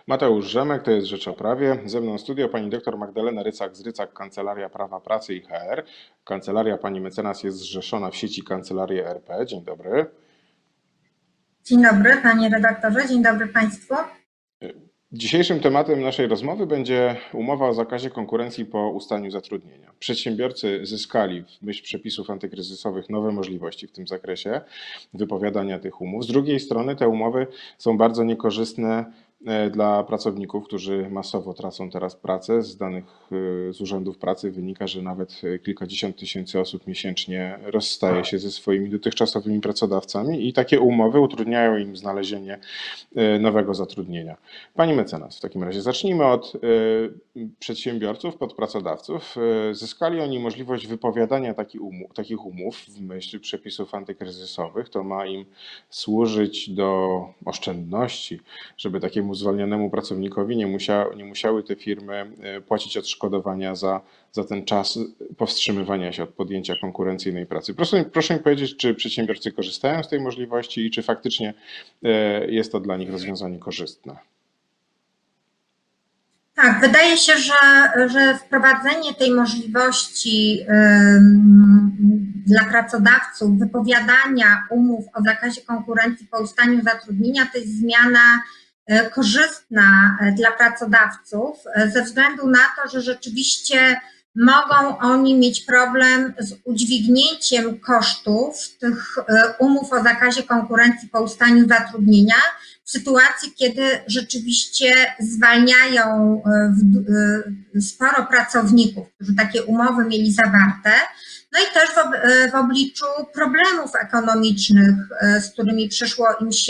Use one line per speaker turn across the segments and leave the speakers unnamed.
Mateusz Rzemek, to jest Rzecz o Prawie. Ze mną w studio pani doktor Magdalena Rycak z Rycak, Kancelaria Prawa Pracy i HR. Kancelaria pani mecenas jest zrzeszona w sieci Kancelarie RP. Dzień dobry.
Dzień dobry panie redaktorze, dzień dobry państwu.
Dzisiejszym tematem naszej rozmowy będzie umowa o zakazie konkurencji po ustaniu zatrudnienia. Przedsiębiorcy zyskali w myśl przepisów antykryzysowych nowe możliwości w tym zakresie wypowiadania tych umów. Z drugiej strony te umowy są bardzo niekorzystne dla pracowników, którzy masowo tracą teraz pracę. Z danych z urzędów pracy wynika, że nawet kilkadziesiąt tysięcy osób miesięcznie rozstaje się ze swoimi dotychczasowymi pracodawcami i takie umowy utrudniają im znalezienie nowego zatrudnienia. Pani mecenas, w takim razie zacznijmy od przedsiębiorców, podpracodawców. Zyskali oni możliwość wypowiadania takich umów w myśl przepisów antykryzysowych. To ma im służyć do oszczędności, żeby takiemu zwolnionemu pracownikowi nie musiały te firmy płacić odszkodowania za ten czas powstrzymywania się od podjęcia konkurencyjnej pracy. Proszę mi powiedzieć, czy przedsiębiorcy korzystają z tej możliwości i czy faktycznie jest to dla nich rozwiązanie korzystne?
Tak, wydaje się, że wprowadzenie tej możliwości dla pracodawców wypowiadania umów o zakazie konkurencji po ustaniu zatrudnienia to jest zmiana korzystna dla pracodawców ze względu na to, że rzeczywiście mogą oni mieć problem z udźwignięciem kosztów tych umów o zakazie konkurencji po ustaniu zatrudnienia w sytuacji, kiedy rzeczywiście zwalniają sporo pracowników, którzy takie umowy mieli zawarte, no i też w obliczu problemów ekonomicznych, z którymi przyszło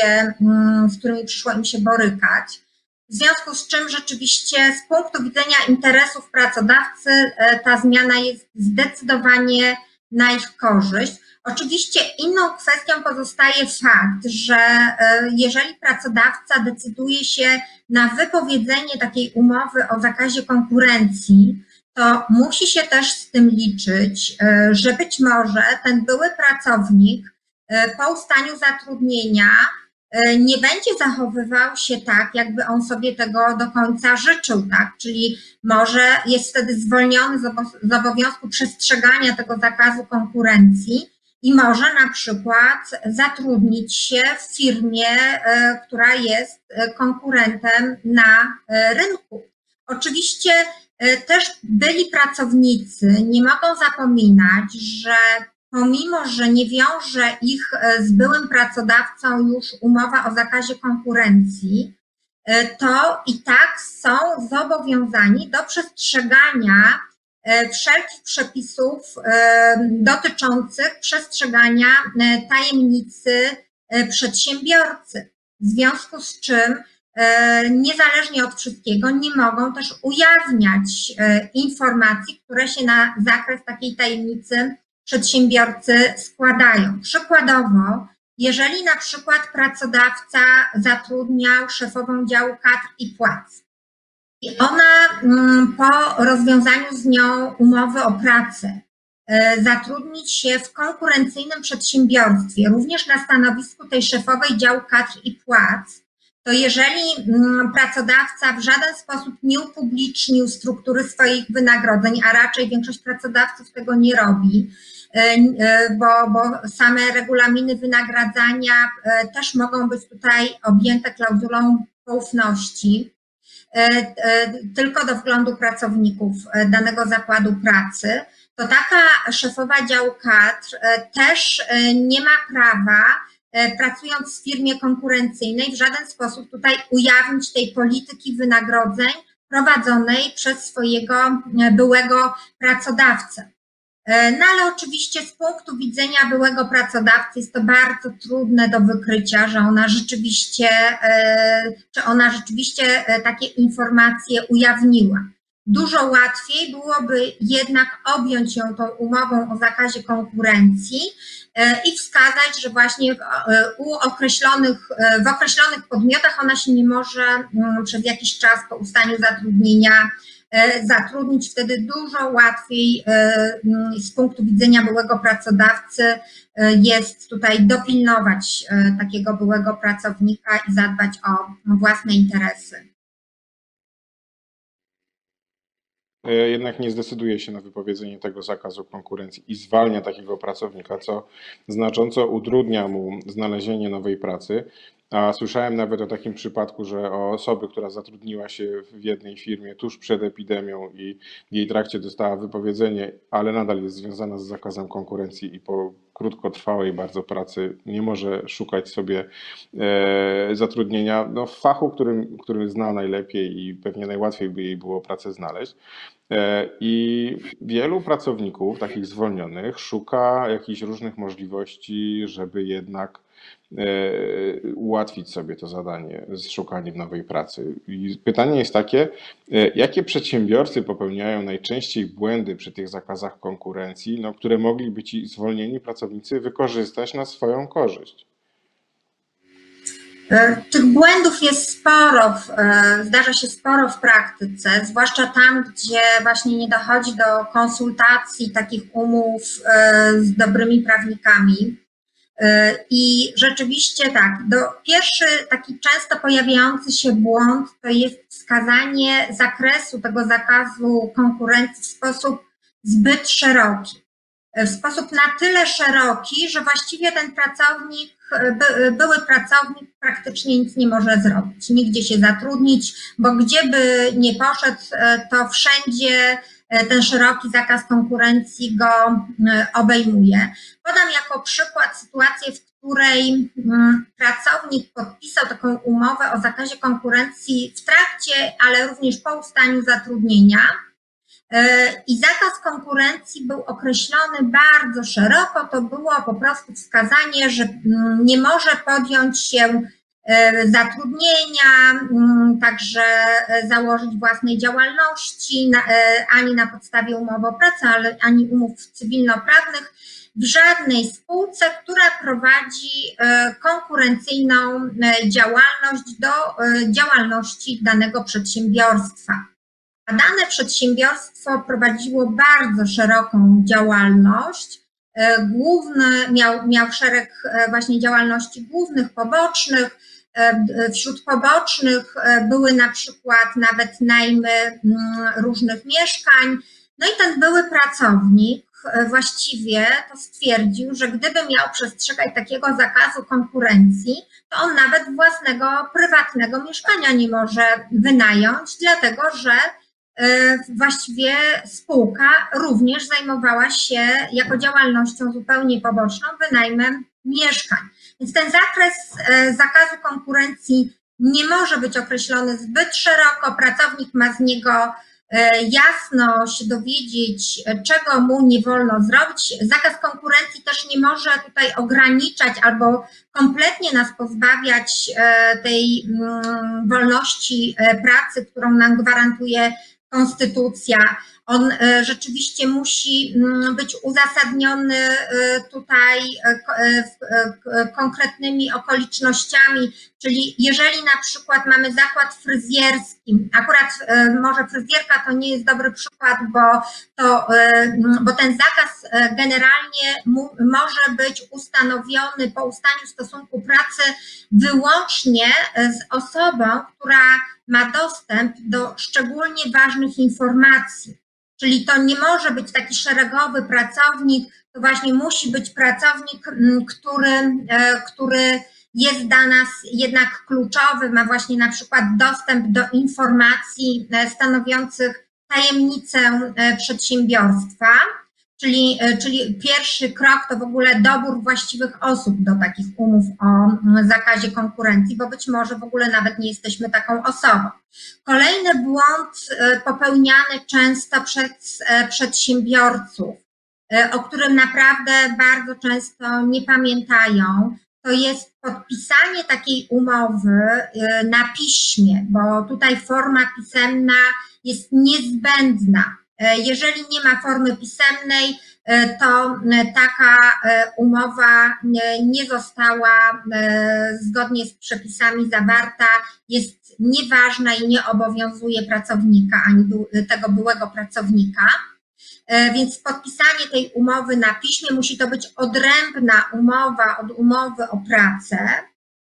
im się borykać. W związku z czym rzeczywiście z punktu widzenia interesów pracodawcy ta zmiana jest zdecydowanie na ich korzyść. Oczywiście inną kwestią pozostaje fakt, że jeżeli pracodawca decyduje się na wypowiedzenie takiej umowy o zakazie konkurencji, to musi się też z tym liczyć, że być może ten były pracownik po ustaniu zatrudnienia nie będzie zachowywał się tak, jakby on sobie tego do końca życzył, tak? Czyli może jest wtedy zwolniony z obowiązku przestrzegania tego zakazu konkurencji i może na przykład zatrudnić się w firmie, która jest konkurentem na rynku. Oczywiście też byli pracownicy nie mogą zapominać, że pomimo, że nie wiąże ich z byłym pracodawcą już umowa o zakazie konkurencji, to i tak są zobowiązani do przestrzegania wszelkich przepisów dotyczących przestrzegania tajemnicy przedsiębiorcy. W związku z czym niezależnie od wszystkiego nie mogą też ujawniać informacji, które się na zakres takiej tajemnicy przedsiębiorcy składają. Przykładowo, jeżeli na przykład pracodawca zatrudniał szefową działu kadr i płac i ona po rozwiązaniu z nią umowy o pracę zatrudnić się w konkurencyjnym przedsiębiorstwie, również na stanowisku tej szefowej działu kadr i płac, to jeżeli pracodawca w żaden sposób nie upublicznił struktury swoich wynagrodzeń, a raczej większość pracodawców tego nie robi, bo same regulaminy wynagradzania też mogą być tutaj objęte klauzulą poufności, tylko do wglądu pracowników danego zakładu pracy, to taka szefowa działu kadr też nie ma prawa, pracując w firmie konkurencyjnej, w żaden sposób tutaj ujawnić tej polityki wynagrodzeń prowadzonej przez swojego byłego pracodawcę. No ale oczywiście z punktu widzenia byłego pracodawcy jest to bardzo trudne do wykrycia, że ona rzeczywiście takie informacje ujawniła. Dużo łatwiej byłoby jednak objąć ją tą umową o zakazie konkurencji i wskazać, że właśnie w określonych podmiotach ona się nie może przez jakiś czas po ustaniu zatrudnienia zatrudnić. Wtedy dużo łatwiej z punktu widzenia byłego pracodawcy jest tutaj dopilnować takiego byłego pracownika i zadbać o własne interesy.
jednak nie zdecyduje się na wypowiedzenie tego zakazu konkurencji i zwalnia takiego pracownika, co znacząco utrudnia mu znalezienie nowej pracy. A słyszałem nawet o takim przypadku, że o osoby, która zatrudniła się w jednej firmie tuż przed epidemią i w jej trakcie dostała wypowiedzenie, ale nadal jest związana z zakazem konkurencji i po krótkotrwałej bardzo pracy nie może szukać sobie zatrudnienia w fachu, który zna najlepiej i pewnie najłatwiej by jej było pracę znaleźć. I wielu pracowników, takich zwolnionych, szuka jakichś różnych możliwości, żeby jednak ułatwić sobie to zadanie z szukaniem nowej pracy. I pytanie jest takie, jakie przedsiębiorcy popełniają najczęściej błędy przy tych zakazach konkurencji, które mogliby ci zwolnieni pracownicy wykorzystać na swoją korzyść?
Tych błędów jest sporo, zdarza się sporo w praktyce, zwłaszcza tam, gdzie właśnie nie dochodzi do konsultacji takich umów z dobrymi prawnikami. I rzeczywiście tak, pierwszy taki często pojawiający się błąd to jest wskazanie zakresu tego zakazu konkurencji w sposób zbyt szeroki. W sposób na tyle szeroki, że właściwie ten pracownik, były pracownik praktycznie nic nie może zrobić, nigdzie się zatrudnić, bo gdzie by nie poszedł, to wszędzie ten szeroki zakaz konkurencji go obejmuje. Podam jako przykład sytuację, w której pracownik podpisał taką umowę o zakazie konkurencji w trakcie, ale również po ustaniu zatrudnienia. I zakaz konkurencji był określony bardzo szeroko, to było po prostu wskazanie, że nie może podjąć się zatrudnienia, także założyć własnej działalności, ani na podstawie umowy o pracę, ani umów cywilnoprawnych w żadnej spółce, która prowadzi konkurencyjną działalność do działalności danego przedsiębiorstwa. A dane przedsiębiorstwo prowadziło bardzo szeroką działalność. Miał szereg właśnie działalności głównych, pobocznych. Wśród pobocznych były na przykład nawet najmy różnych mieszkań. No i ten były pracownik właściwie to stwierdził, że gdyby miał przestrzegać takiego zakazu konkurencji, to on nawet własnego prywatnego mieszkania nie może wynająć, dlatego że właściwie spółka również zajmowała się jako działalnością zupełnie poboczną wynajmem mieszkań. Więc ten zakres zakazu konkurencji nie może być określony zbyt szeroko, pracownik ma z niego jasno się dowiedzieć, czego mu nie wolno zrobić. Zakaz konkurencji też nie może tutaj ograniczać albo kompletnie nas pozbawiać tej wolności pracy, którą nam gwarantuje konstytucja. On rzeczywiście musi być uzasadniony tutaj konkretnymi okolicznościami, czyli jeżeli na przykład mamy zakład fryzjerski, akurat może fryzjerka to nie jest dobry przykład, bo ten zakaz generalnie może być ustanowiony po ustaniu stosunku pracy wyłącznie z osobą, która ma dostęp do szczególnie ważnych informacji. Czyli to nie może być taki szeregowy pracownik, to właśnie musi być pracownik, który jest dla nas jednak kluczowy, ma właśnie na przykład dostęp do informacji stanowiących tajemnicę przedsiębiorstwa. Czyli pierwszy krok to w ogóle dobór właściwych osób do takich umów o zakazie konkurencji, bo być może w ogóle nawet nie jesteśmy taką osobą. Kolejny błąd popełniany często przez przedsiębiorców, o którym naprawdę bardzo często nie pamiętają, to jest podpisanie takiej umowy na piśmie, bo tutaj forma pisemna jest niezbędna. Jeżeli nie ma formy pisemnej, to taka umowa nie została zgodnie z przepisami zawarta, jest nieważna i nie obowiązuje pracownika ani tego byłego pracownika. Więc podpisanie tej umowy na piśmie musi to być odrębna umowa od umowy o pracę.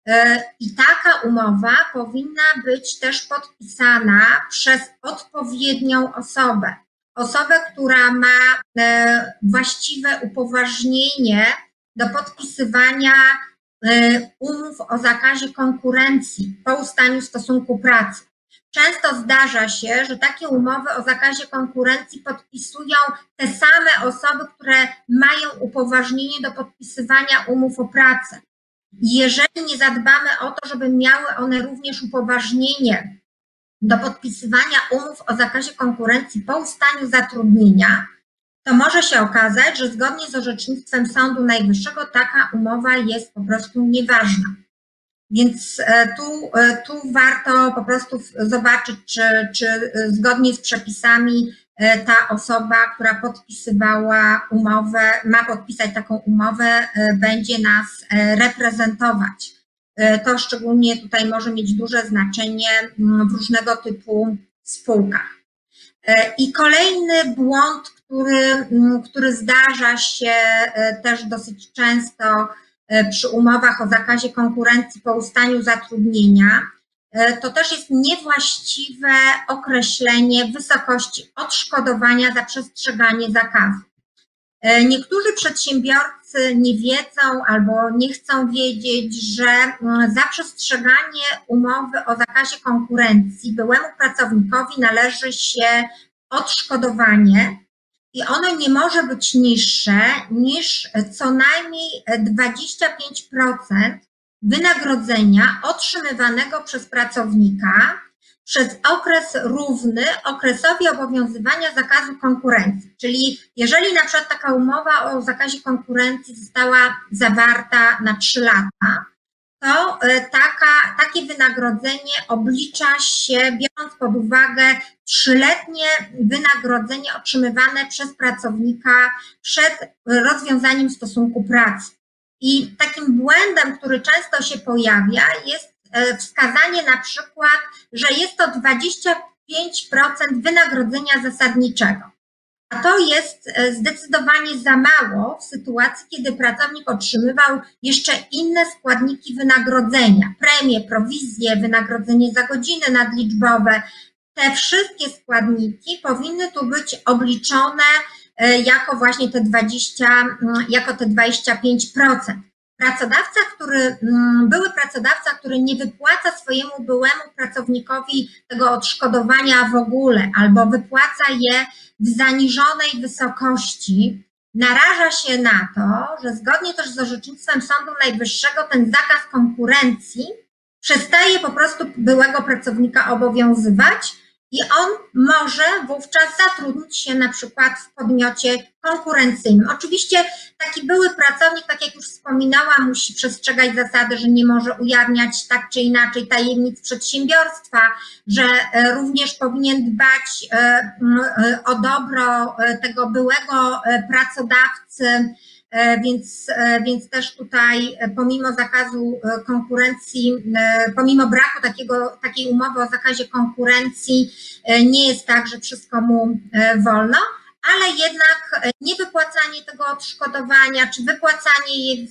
I taka umowa powinna być też podpisana przez odpowiednią osobę. Osobę, która ma właściwe upoważnienie do podpisywania umów o zakazie konkurencji po ustaniu stosunku pracy. Często zdarza się, że takie umowy o zakazie konkurencji podpisują te same osoby, które mają upoważnienie do podpisywania umów o pracę. Jeżeli nie zadbamy o to, żeby miały one również upoważnienie do podpisywania umów o zakazie konkurencji po ustaniu zatrudnienia, to może się okazać, że zgodnie z orzecznictwem Sądu Najwyższego taka umowa jest po prostu nieważna. Więc tu warto po prostu zobaczyć, czy zgodnie z przepisami ta osoba, która podpisywała umowę, ma podpisać taką umowę, będzie nas reprezentować. To szczególnie tutaj może mieć duże znaczenie w różnego typu spółkach. I kolejny błąd, który zdarza się też dosyć często przy umowach o zakazie konkurencji po ustaniu zatrudnienia, to też jest niewłaściwe określenie wysokości odszkodowania za przestrzeganie zakazu. Niektórzy przedsiębiorcy nie wiedzą albo nie chcą wiedzieć, że za przestrzeganie umowy o zakazie konkurencji byłemu pracownikowi należy się odszkodowanie i ono nie może być niższe niż co najmniej 25% wynagrodzenia otrzymywanego przez pracownika przez okres równy okresowi obowiązywania zakazu konkurencji. Czyli jeżeli na przykład taka umowa o zakazie konkurencji została zawarta na 3 lata, to takie wynagrodzenie oblicza się, biorąc pod uwagę 3-letnie wynagrodzenie otrzymywane przez pracownika przed rozwiązaniem stosunku pracy. I takim błędem, który często się pojawia, jest wskazanie na przykład, że jest to 25% wynagrodzenia zasadniczego. A to jest zdecydowanie za mało w sytuacji, kiedy pracownik otrzymywał jeszcze inne składniki wynagrodzenia, premie, prowizje, wynagrodzenie za godziny nadliczbowe. Te wszystkie składniki powinny tu być obliczone jako właśnie te 25%. Były pracodawca, który nie wypłaca swojemu byłemu pracownikowi tego odszkodowania w ogóle albo wypłaca je w zaniżonej wysokości, naraża się na to, że zgodnie też z orzecznictwem Sądu Najwyższego ten zakaz konkurencji przestaje po prostu byłego pracownika obowiązywać i on może wówczas zatrudnić się na przykład w podmiocie konkurencyjnym. Oczywiście taki były pracownik, tak jak już wspominałam, musi przestrzegać zasady, że nie może ujawniać tak czy inaczej tajemnic przedsiębiorstwa, że również powinien dbać o dobro tego byłego pracodawcy, więc też tutaj pomimo zakazu konkurencji, pomimo braku takiej umowy o zakazie konkurencji nie jest tak, że wszystko mu wolno, ale jednak niewypłacanie tego odszkodowania, czy wypłacanie je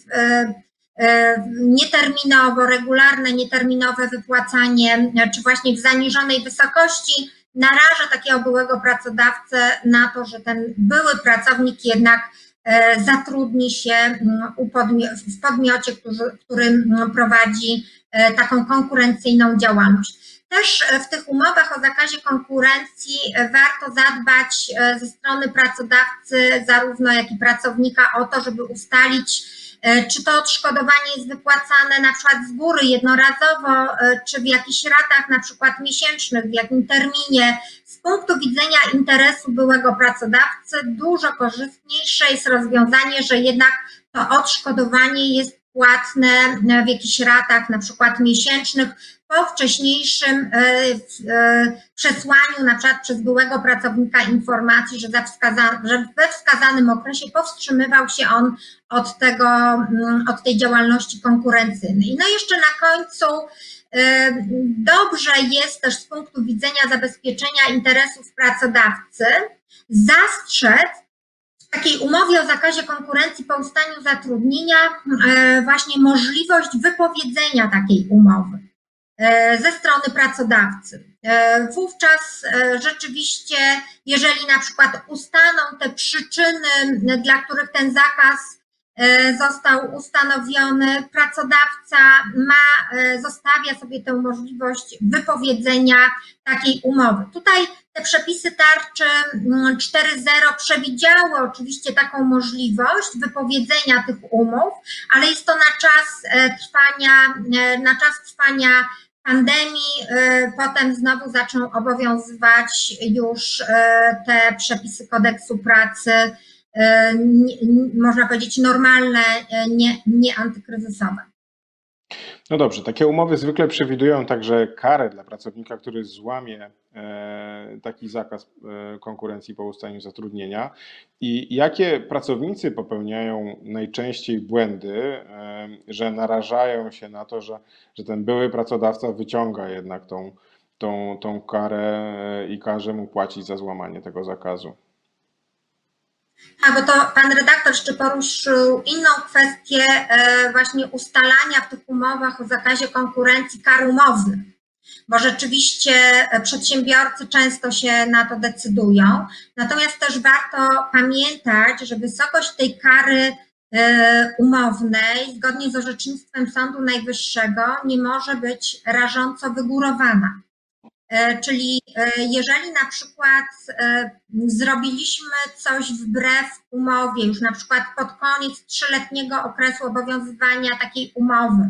nieterminowo, regularne, nieterminowe wypłacanie, czy właśnie w zaniżonej wysokości naraża takiego byłego pracodawcę na to, że ten były pracownik jednak zatrudni się w podmiocie, który prowadzi taką konkurencyjną działalność. Też w tych umowach o zakazie konkurencji warto zadbać ze strony pracodawcy, zarówno jak i pracownika, o to, żeby ustalić, czy to odszkodowanie jest wypłacane na przykład z góry jednorazowo, czy w jakichś ratach na przykład miesięcznych, w jakim terminie. Z punktu widzenia interesu byłego pracodawcy dużo korzystniejsze jest rozwiązanie, że jednak to odszkodowanie jest płatne w jakichś ratach na przykład miesięcznych po wcześniejszym przesłaniu na przykład przez byłego pracownika informacji, że we wskazanym okresie powstrzymywał się on od tej działalności konkurencyjnej. No i jeszcze na końcu dobrze jest też z punktu widzenia zabezpieczenia interesów pracodawcy zastrzec w w takiej umowie o zakazie konkurencji po ustaniu zatrudnienia właśnie możliwość wypowiedzenia takiej umowy ze strony pracodawcy. Wówczas rzeczywiście, jeżeli na przykład ustaną te przyczyny, dla których ten zakaz został ustanowiony, pracodawca zostawia sobie tę możliwość wypowiedzenia takiej umowy. Tutaj te przepisy tarczy 4.0 przewidziały oczywiście taką możliwość wypowiedzenia tych umów, ale jest to na czas trwania pandemii. Potem znowu zaczną obowiązywać już te przepisy kodeksu pracy, można powiedzieć normalne, nie antykryzysowe.
No dobrze, takie umowy zwykle przewidują także karę dla pracownika, który złamie taki zakaz konkurencji po ustaniu zatrudnienia. I jakie pracownicy popełniają najczęściej błędy, że narażają się na to, że ten były pracodawca wyciąga jednak tą karę i każe mu płacić za złamanie tego zakazu?
Tak, bo to pan redaktor jeszcze poruszył inną kwestię właśnie ustalania w tych umowach o zakazie konkurencji kar umownych, bo rzeczywiście przedsiębiorcy często się na to decydują. Natomiast też warto pamiętać, że wysokość tej kary umownej, zgodnie z orzecznictwem Sądu Najwyższego, nie może być rażąco wygórowana. Czyli jeżeli na przykład zrobiliśmy coś wbrew umowie, już na przykład pod koniec 3-letniego okresu obowiązywania takiej umowy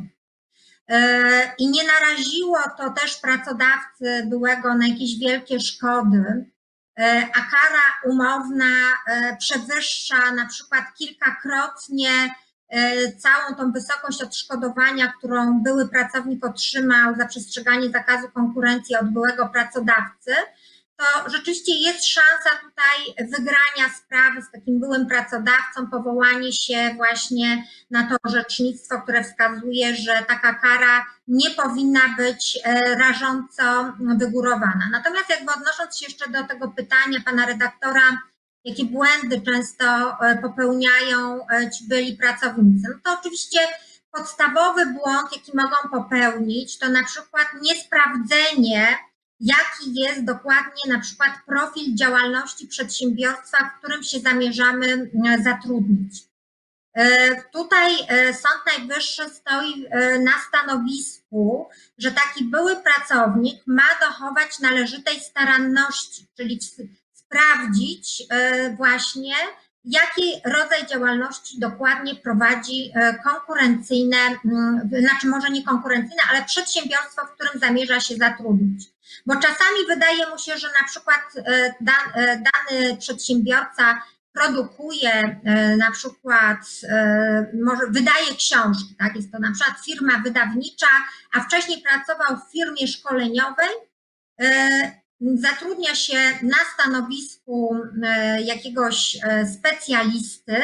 i nie naraziło to też pracodawcy byłego na jakieś wielkie szkody, a kara umowna przewyższa na przykład kilkakrotnie całą tą wysokość odszkodowania, którą były pracownik otrzymał za przestrzeganie zakazu konkurencji od byłego pracodawcy, to rzeczywiście jest szansa tutaj wygrania sprawy z takim byłym pracodawcą, powołanie się właśnie na to orzecznictwo, które wskazuje, że taka kara nie powinna być rażąco wygórowana. Natomiast jakby odnosząc się jeszcze do tego pytania pana redaktora, jakie błędy często popełniają ci byli pracownicy, no to oczywiście podstawowy błąd, jaki mogą popełnić, to na przykład niesprawdzenie, jaki jest dokładnie na przykład profil działalności przedsiębiorstwa, w którym się zamierzamy zatrudnić. Tutaj Sąd Najwyższy stoi na stanowisku, że taki były pracownik ma dochować należytej staranności, czyli sprawdzić właśnie, jaki rodzaj działalności dokładnie prowadzi konkurencyjne, znaczy może nie konkurencyjne, ale przedsiębiorstwo, w którym zamierza się zatrudnić. Bo czasami wydaje mu się, że na przykład dany przedsiębiorca produkuje na przykład, może wydaje książki, tak? Jest to na przykład firma wydawnicza, a wcześniej pracował w firmie szkoleniowej, zatrudnia się na stanowisku jakiegoś specjalisty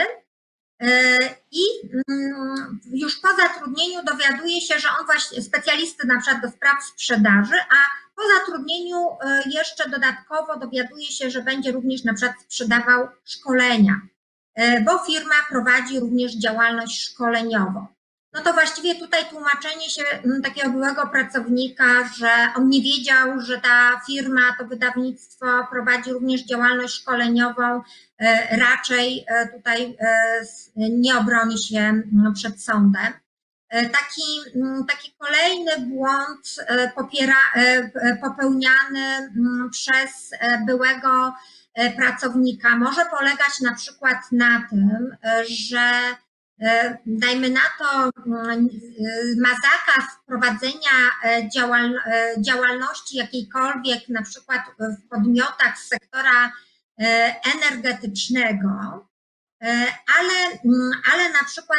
i już po zatrudnieniu dowiaduje się, że on właśnie specjalisty na przykład do spraw sprzedaży, a po zatrudnieniu jeszcze dodatkowo dowiaduje się, że będzie również na przykład sprzedawał szkolenia, bo firma prowadzi również działalność szkoleniową. No to właściwie tutaj tłumaczenie się takiego byłego pracownika, że on nie wiedział, że ta firma, to wydawnictwo prowadzi również działalność szkoleniową, raczej tutaj nie obroni się przed sądem. Taki kolejny błąd popełniany przez byłego pracownika może polegać na przykład na tym, że dajmy na to, ma zakaz prowadzenia działalności jakiejkolwiek, na przykład w podmiotach z sektora energetycznego, ale na przykład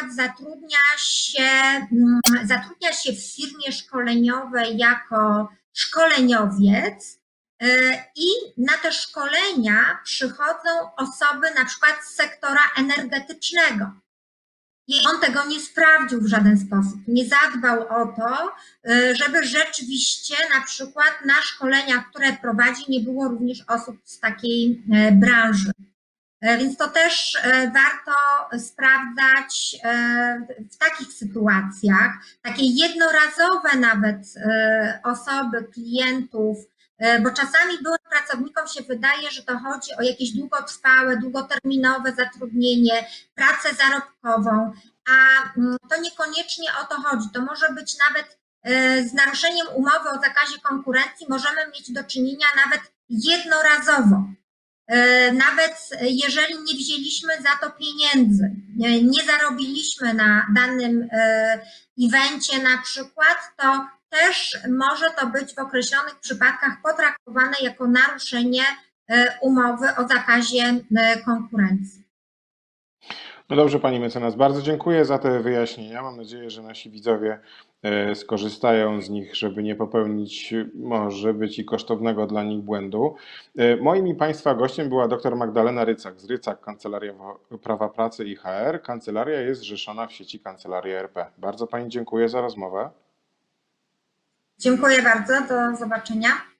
zatrudnia się w firmie szkoleniowej jako szkoleniowiec i na te szkolenia przychodzą osoby na przykład z sektora energetycznego. I on tego nie sprawdził w żaden sposób, nie zadbał o to, żeby rzeczywiście na przykład na szkoleniach, które prowadzi, nie było również osób z takiej branży. Więc to też warto sprawdzać w takich sytuacjach, takie jednorazowe nawet osoby, klientów, bo czasami byłym pracownikom się wydaje, że to chodzi o jakieś długotrwałe, długoterminowe zatrudnienie, pracę zarobkową, a to niekoniecznie o to chodzi. To może być nawet z naruszeniem umowy o zakazie konkurencji, możemy mieć do czynienia nawet jednorazowo. Nawet jeżeli nie wzięliśmy za to pieniędzy, nie zarobiliśmy na danym evencie na przykład, to też może to być w określonych przypadkach potraktowane jako naruszenie umowy o zakazie konkurencji.
No dobrze, pani mecenas, bardzo dziękuję za te wyjaśnienia. Mam nadzieję, że nasi widzowie skorzystają z nich, żeby nie popełnić może być i kosztownego dla nich błędu. Moim i państwa gościem była dr Magdalena Rycak z Rycak Kancelaria Prawa Pracy i HR. Kancelaria jest zrzeszona w sieci Kancelaria RP. Bardzo pani dziękuję za rozmowę.
Dziękuję bardzo, do zobaczenia.